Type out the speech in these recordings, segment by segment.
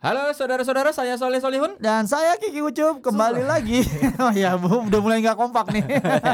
Halo saudara-saudara, saya Soleh Solihun. Dan saya Kiki Ucup kembali lagi. Oh ya, udah mulai nggak kompak nih.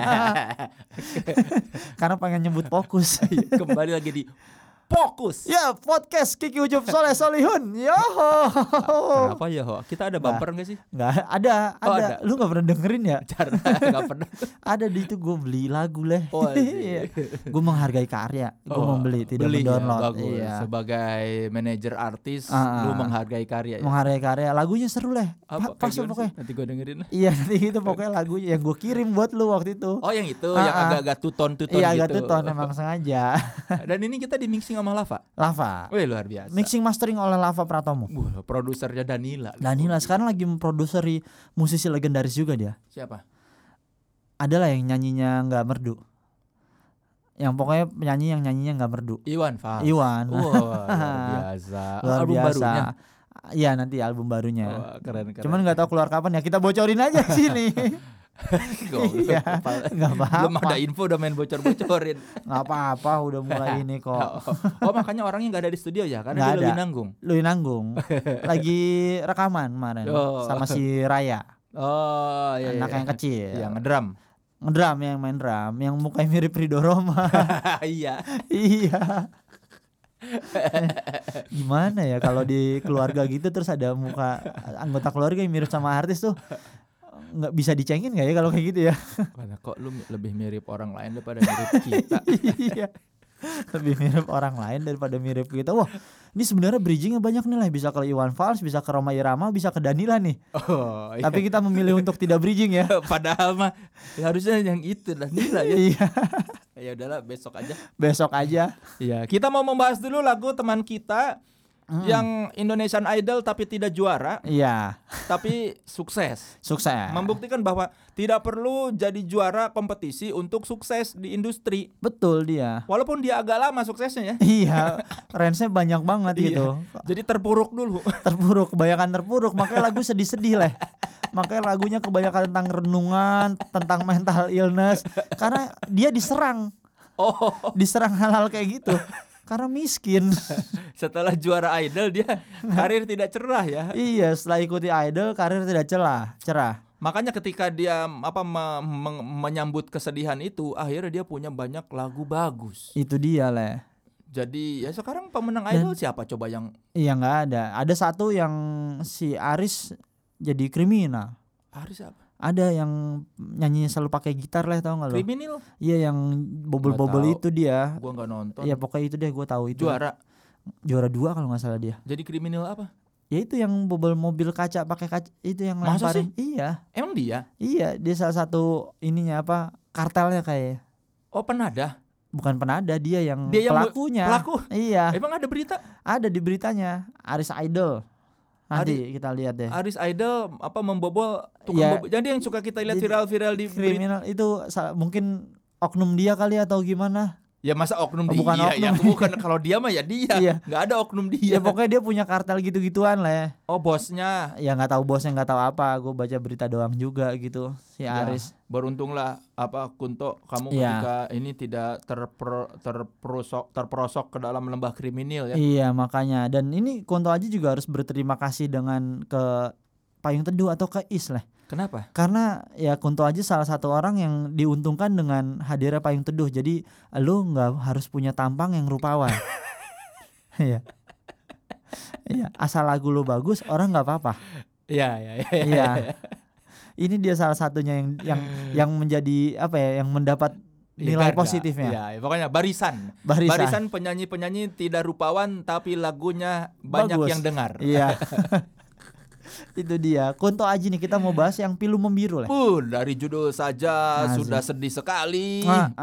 Karena pengen nyebut fokus. Kembali lagi di Fokus. Ya, podcast Kiki Ucup Soleh Solihun. Yo. Kenapa ya, Ho? Kita ada bumper nggak sih? Nggak ada. Oh, ada. Lu nggak pernah dengerin ya? Nggak pernah. Ada di itu gue beli lagu leh. Oh, iya. Gue menghargai karya. Gue membeli, tidak mendownload. Ya, bagus. Iya. Sebagai manajer artis, lu menghargai karya. Ya? Menghargai karya. Lagunya seru leh. Pas pokoknya. Nanti gue dengerin lah. Iya, nanti itu pokoknya lagunya yang gue kirim buat lu waktu itu. Oh, yang itu, yang agak-agak tuton gitu. Iya, agak tuton emang sengaja. Dan ini kita di mixing sama Lava. Wih, luar biasa. Mixing mastering oleh Lava Pratomo. Produsernya Danila. Danila sekarang lagi memproduseri musisi legendaris juga dia. Siapa? Adalah yang nyanyinya nggak merdu. Yang pokoknya penyanyi yang nyanyinya nggak merdu. Iwan Fals. Iwan. Luar biasa. Luar album biasa. barunya. Iya, nanti album barunya. Keren. Cuman nggak tahu keluar kapan ya. Kita bocorin aja sini. Iya, nggak apa-apa. Belum ada info udah main bocor-bocorin. Nggak apa-apa, udah mulai ini kok. Oh, makanya orangnya nggak ada di studio ya, karena Nggak dia ada. lebih nanggung. Lagi rekaman kemarin sama si Raya. Oh, iya. Anak yang kecil. Yang ngedrum. Ngedrum, yang main drum, yang mukanya mirip Ridho Roma. Iya. Gimana ya kalau di keluarga gitu terus ada muka anggota keluarga yang mirip sama artis tuh, nggak bisa dicengin nggak ya kalau kayak gitu ya? Karena kok lu lebih mirip orang lain daripada mirip kita. Iya, lebih mirip orang lain daripada mirip kita. Wah, ini sebenarnya bridgingnya banyak nih lah. Bisa ke Iwan Fals, bisa ke Rhoma Irama, bisa ke Danila nih. Oh, iya. Tapi kita memilih untuk tidak bridging ya. Padahal mah harusnya yang itu Danila ya. Iya. Ya udahlah, besok aja. Iya. Kita mau membahas dulu lagu teman kita yang Indonesian Idol tapi tidak juara. Iya. Tapi sukses. Membuktikan bahwa tidak perlu jadi juara kompetisi untuk sukses di industri. Betul dia. Walaupun dia agak lama suksesnya ya. Iya. Range-nya banyak banget gitu. Jadi terpuruk dulu. Kebanyakan terpuruk. Makanya lagu sedih-sedih lah. Makanya lagunya kebanyakan tentang renungan, tentang mental illness. Karena dia diserang. Diserang hal-hal kayak gitu. Karena miskin. Setelah juara Idol dia karir tidak cerah ya. Iya, setelah ikuti Idol karir tidak cerah. Makanya ketika dia menyambut kesedihan itu, akhirnya dia punya banyak lagu bagus. Itu dia leh. Jadi ya sekarang pemenang Idol siapa coba yang? Iya, nggak ada. Ada satu yang si Aris jadi kriminal. Aris apa? Ada yang nyanyinya selalu pakai gitar lah, tau nggak lo? Kriminal? Iya, yang bobol-bobol itu dia. Gua nggak nonton. Iya, pokoknya itu deh, gue tahu itu. Juara 2 kalau nggak salah dia. Jadi kriminal apa? Ya itu yang bobol mobil kaca pakai kaca itu yang Masa lemparin. sih? Iya. Emang dia? Iya, dia salah satu ininya apa? Kartelnya kayak. Oh, penada? Bukan penada, dia yang pelakunya. Pelaku? Iya. Emang ada berita? Ada di beritanya. Aris Idol. Nanti kita lihat deh. Aris Idol membobol tukang bobol. Jadi yang suka kita lihat viral-viral di kriminal itu mungkin oknum dia kali atau gimana? Ya masa oknum dia? Bukan oknum. Ya bukan, kalau dia mah ya dia. Iya. Nggak ada oknum dia. Ya pokoknya dia punya kartel gitu-gituan lah. Oh, bosnya? Ya nggak tahu bosnya, nggak tahu apa. Gue baca berita doang juga gitu si Aris. Beruntunglah Kunto, kamu ketika ini tidak terperosok ke dalam lembah kriminal ya. Iya, makanya. Dan ini Kunto Aji juga harus berterima kasih dengan ke Payung Teduh atau ke Is lah. Kenapa? Karena ya Kunto Aji salah satu orang yang diuntungkan dengan hadirnya Payung Teduh. Jadi lu nggak harus punya tampang yang rupawan. Iya. Iya, asal lagu lu bagus orang nggak apa-apa. Iya. Ini dia salah satunya yang menjadi apa ya, yang mendapat nilai positifnya. Iya, pokoknya barisan penyanyi-penyanyi tidak rupawan tapi lagunya banyak bagus. Yang dengar. Iya. Itu dia Kunto Aji nih, kita mau bahas yang Pilu Membiru lah. Dari judul saja sudah sedih sekali.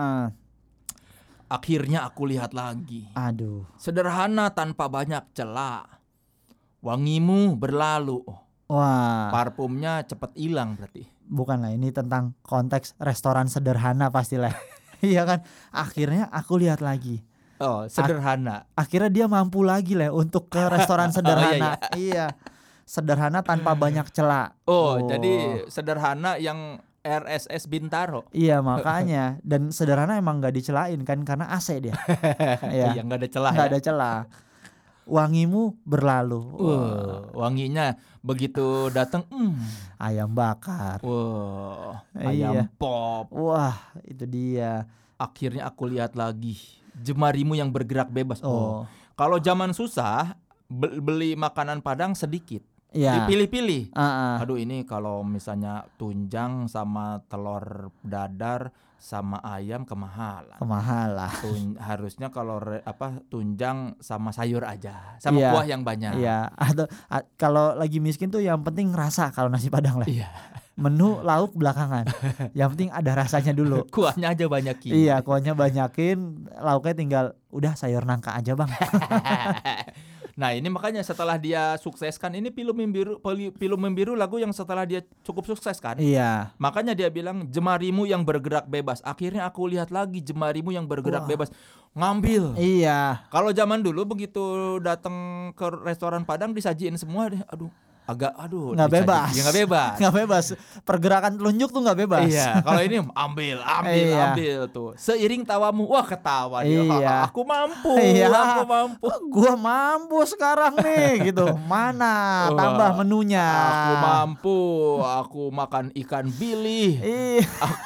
Akhirnya aku lihat lagi. Aduh. Sederhana tanpa banyak celah. Wangimu berlalu. Wah. Parfumnya cepat hilang berarti. Bukan lah, ini tentang konteks restoran sederhana pastilah. Iya kan. Akhirnya aku lihat lagi. Oh, sederhana. Akhirnya dia mampu lagi lah untuk ke restoran sederhana. Iya. Sederhana tanpa banyak celah. Jadi sederhana yang RSS Bintaro. Iya, makanya. Dan sederhana emang gak dicelain kan karena AC dia. Iya, gak ada celah. Gak ada celah. wangimu berlalu. Wanginya begitu datang, ayam bakar. Ayam pop. Wah, itu dia. Akhirnya aku lihat lagi jemarimu yang bergerak bebas. Kalau zaman susah beli makanan Padang sedikit. Dipilih-pilih. Aduh, ini kalau misalnya tunjang sama telur dadar sama ayam kemahalan. Harusnya kalau tunjang sama sayur aja, sama kuah yang banyak. Iya. Atau kalau lagi miskin tuh yang penting rasa kalau nasi Padang lah. Iya. Menu lauk belakangan. Yang penting ada rasanya dulu. Kuahnya aja banyakin. Iya, kuahnya banyakin, lauknya tinggal udah sayur nangka aja, Bang. Nah, ini makanya setelah dia sukseskan ini Pilu Membiru lagu yang setelah dia cukup sukses kan. Iya. Makanya dia bilang jemarimu yang bergerak bebas. Akhirnya aku lihat lagi jemarimu yang bergerak bebas. Ngambil. Iya. Kalau zaman dulu begitu datang ke restoran Padang disajiin semua deh. Nggak bebas. Ya, nggak bebas. Pergerakan telunjuk tuh nggak bebas. Iya. Kalau ini ambil tuh. Seiring tawamu, wah ketawa dia. Iya. Aku mampu. Gua mampu sekarang nih gitu. Mana tambah menunya? Aku mampu. Aku makan ikan bili. Iya.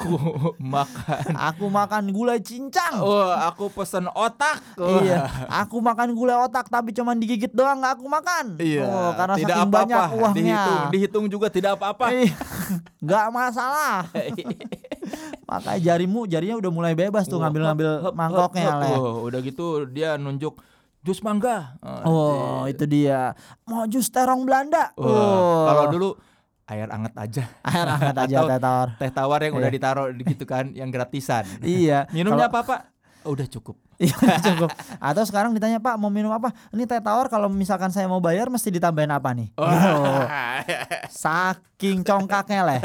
Aku makan gulai cincang. Aku pesen otak. Iya. Aku makan gulai otak tapi cuman digigit doang, nggak aku makan. Iya. Karena tidak saking apa-apa. banyak uangnya. Dihitung juga tidak apa-apa. Nggak masalah. Makanya jarinya udah mulai bebas tuh ngambil mangkoknya lah. Udah gitu dia nunjuk jus mangga. Itu dia. Mau jus terong Belanda. Kalau dulu air hangat aja. Teh tawar yang udah ditaruh gitu kan, yang gratisan. Iya. Minumnya apa, Pak? Udah cukup. Cukup. Atau sekarang ditanya, Pak mau minum apa? Ini teh tawar, kalau misalkan saya mau bayar mesti ditambahin apa nih? Saking congkaknya lah.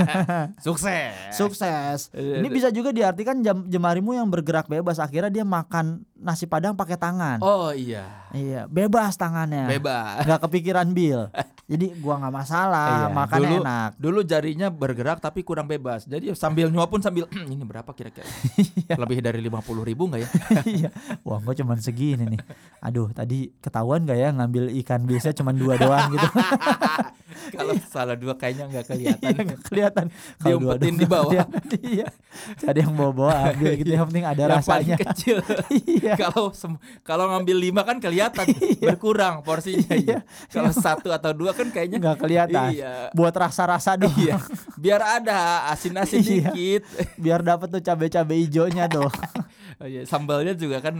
Sukses. Ini bisa juga diartikan jemarimu yang bergerak bebas. Akhirnya dia makan nasi Padang pakai tangan. Iya, bebas tangannya. Gak kepikiran bill. Jadi gua nggak masalah, makan enak. Dulu jarinya bergerak tapi kurang bebas. Jadi sambil nyuap pun sambil ini berapa kira-kira? Lebih dari 50.000 nggak ya? Iya. Wah, gua cuman segini nih. Aduh, tadi ketahuan nggak ya ngambil ikan biasa cuman 2 doang gitu. Kalau salah 2 kayaknya nggak kelihatan. Nggak kelihatan. Diumpetin di bawah. Iya. Jadi yang bawa ambil gitu, yang penting ada yang rasanya. Paling kecil. Iya. Kalau ngambil 5 kan kelihatan berkurang porsinya. Iya. Kalau 1 atau 2 kan kayaknya nggak kelihatan. Iya. Buat rasa-rasa doang. Iya. Biar ada asin-asin dikit. Biar dapat tuh cabai-cabai hijaunya tuh. Sambalnya juga kan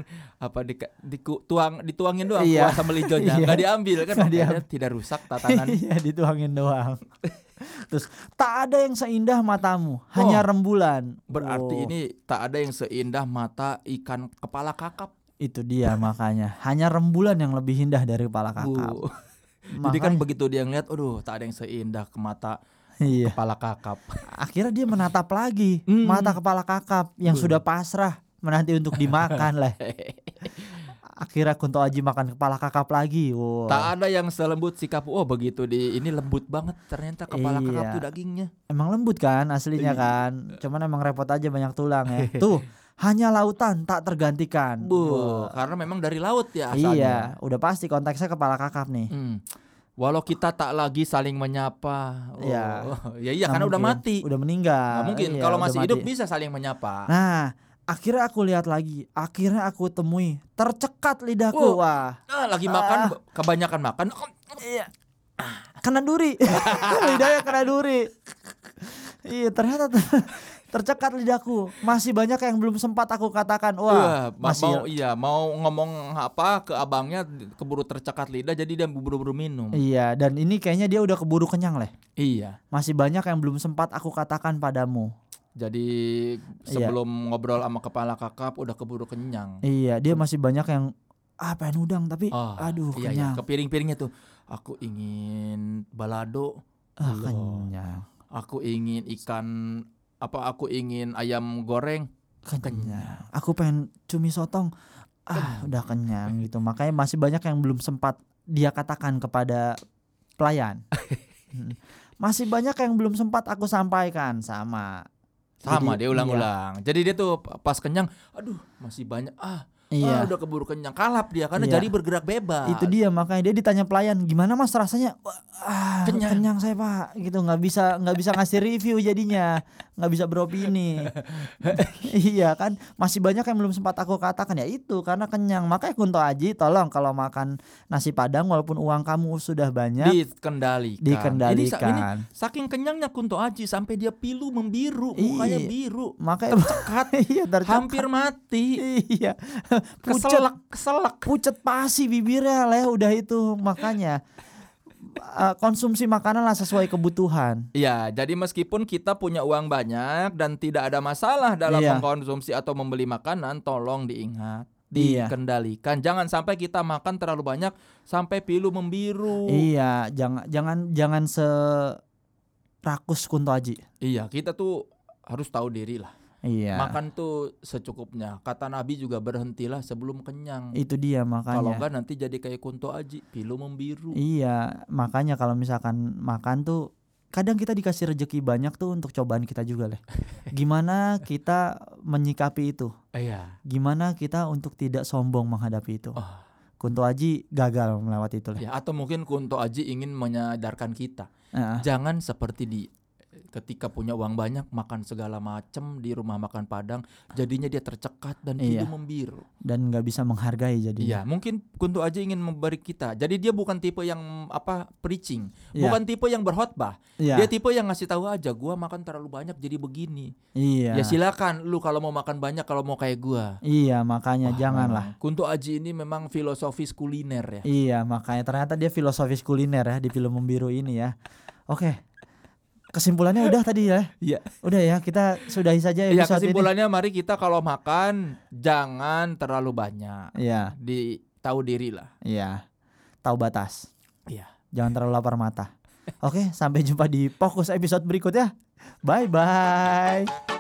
dituangin doang, kuah sambal hijaunya nggak diambil kan, tidak rusak tatanan. Iya, dituangin doang. Terus tak ada yang seindah matamu, hanya rembulan. Berarti ini tak ada yang seindah mata ikan kepala kakap. Itu dia makanya, hanya rembulan yang lebih indah dari kepala kakap. Jadi kan begitu dia ngeliat, tak ada yang seindah ke mata kepala kakap. Akhirnya dia menatap lagi mata kepala kakap yang sudah pasrah menanti untuk dimakan lah. Akhirnya Kunto Aji makan kepala kakap lagi. Tak ada yang selembut sikap. Begitu ini lembut banget ternyata kepala kakap tuh dagingnya. Emang lembut kan aslinya kan. Cuman emang repot aja banyak tulang ya. Tuh, hanya lautan tak tergantikan. Karena memang dari laut ya asalnya. Iya, udah pasti konteksnya kepala kakap nih. Walau kita tak lagi saling menyapa. Iya karena udah mati. Udah meninggal. Nggak mungkin. Kalau masih hidup bisa saling menyapa. Nah, akhirnya aku lihat lagi, akhirnya aku temui, tercekat lidahku. Lagi makan, kebanyakan makan. Iya. Kena duri. Lidahnya kena duri. Iya, ternyata tercekat lidahku. Masih banyak yang belum sempat aku katakan. Mau ngomong apa ke abangnya, keburu tercekat lidah jadi dia buru-buru minum. Iya, dan ini kayaknya dia udah keburu kenyang lah. Iya. Masih banyak yang belum sempat aku katakan padamu. Jadi sebelum ngobrol sama kepala kakap udah keburu kenyang. Iya, dia masih banyak yang pengen udang tapi kenyang. Ke piring-piringnya tuh. Aku ingin balado. Kenyang. Aku ingin ikan aku ingin ayam goreng. Kenyang. Aku pengen cumi sotong. Udah kenyang gitu. Makanya masih banyak yang belum sempat dia katakan kepada pelayan. Masih banyak yang belum sempat aku sampaikan sama dia ulang-ulang. Jadi dia tuh pas kenyang, masih banyak. Udah keburu kenyang, kalap dia karena jadi bergerak bebas. Itu dia, makanya dia ditanya pelayan, gimana Mas rasanya? Kenyang saya Pak, gitu. Nggak bisa ngasih review jadinya, nggak bisa beropini. Iya kan, masih banyak yang belum sempat aku katakan, ya itu karena kenyang. Makanya Kunto Aji, tolong kalau makan nasi Padang walaupun uang kamu sudah banyak, dikendalikan. Ini saking kenyangnya Kunto Aji sampai dia pilu membiru, mukanya biru, makanya tercekat, hampir mati. Iya. Keselak, pucet pasi bibirnya lah, udah itu. Makanya konsumsi makanan lah sesuai kebutuhan. Iya, jadi meskipun kita punya uang banyak dan tidak ada masalah dalam mengkonsumsi atau membeli makanan, tolong diingat, dikendalikan. Jangan sampai kita makan terlalu banyak sampai pilu membiru. Iya, jangan serakus Kunto Aji. Iya, kita tuh harus tahu diri lah. Iya. Makan tuh secukupnya. Kata Nabi juga, berhentilah sebelum kenyang. Itu dia, makanya. Kalau enggak nanti jadi kayak Kunto Aji, pilu membiru. Iya, makanya kalau misalkan makan tuh kadang kita dikasih rezeki banyak tuh untuk cobaan kita juga lah. Gimana kita menyikapi itu? Iya. Gimana kita untuk tidak sombong menghadapi itu? Kunto Aji gagal melewati itu lah. Ya, atau mungkin Kunto Aji ingin menyadarkan kita. Jangan seperti ketika punya uang banyak makan segala macam di rumah makan Padang, jadinya dia tercekat dan pilu membiru dan nggak bisa menghargai jadinya. Iya, mungkin Kunto Aji ingin memberi kita. Jadi dia bukan tipe yang preaching, bukan tipe yang berkhotbah. Dia tipe yang ngasih tahu aja, gua makan terlalu banyak jadi begini. Ya silakan lu kalau mau makan banyak, kalau mau kayak gua. Iya, makanya janganlah. Kunto Aji ini memang filosofis kuliner ya. Iya, makanya ternyata dia filosofis kuliner ya di Pilu Membiru ini ya. Oke. Kesimpulannya udah tadi ya. Iya. Udah ya, kita sudahi saja episode ini. Kesimpulannya mari kita kalau makan jangan terlalu banyak. Iya. Tahu diri lah. Iya. Tahu batas. Iya. Jangan terlalu lapar mata. Oke, sampai jumpa di Fokus episode berikutnya. Bye bye.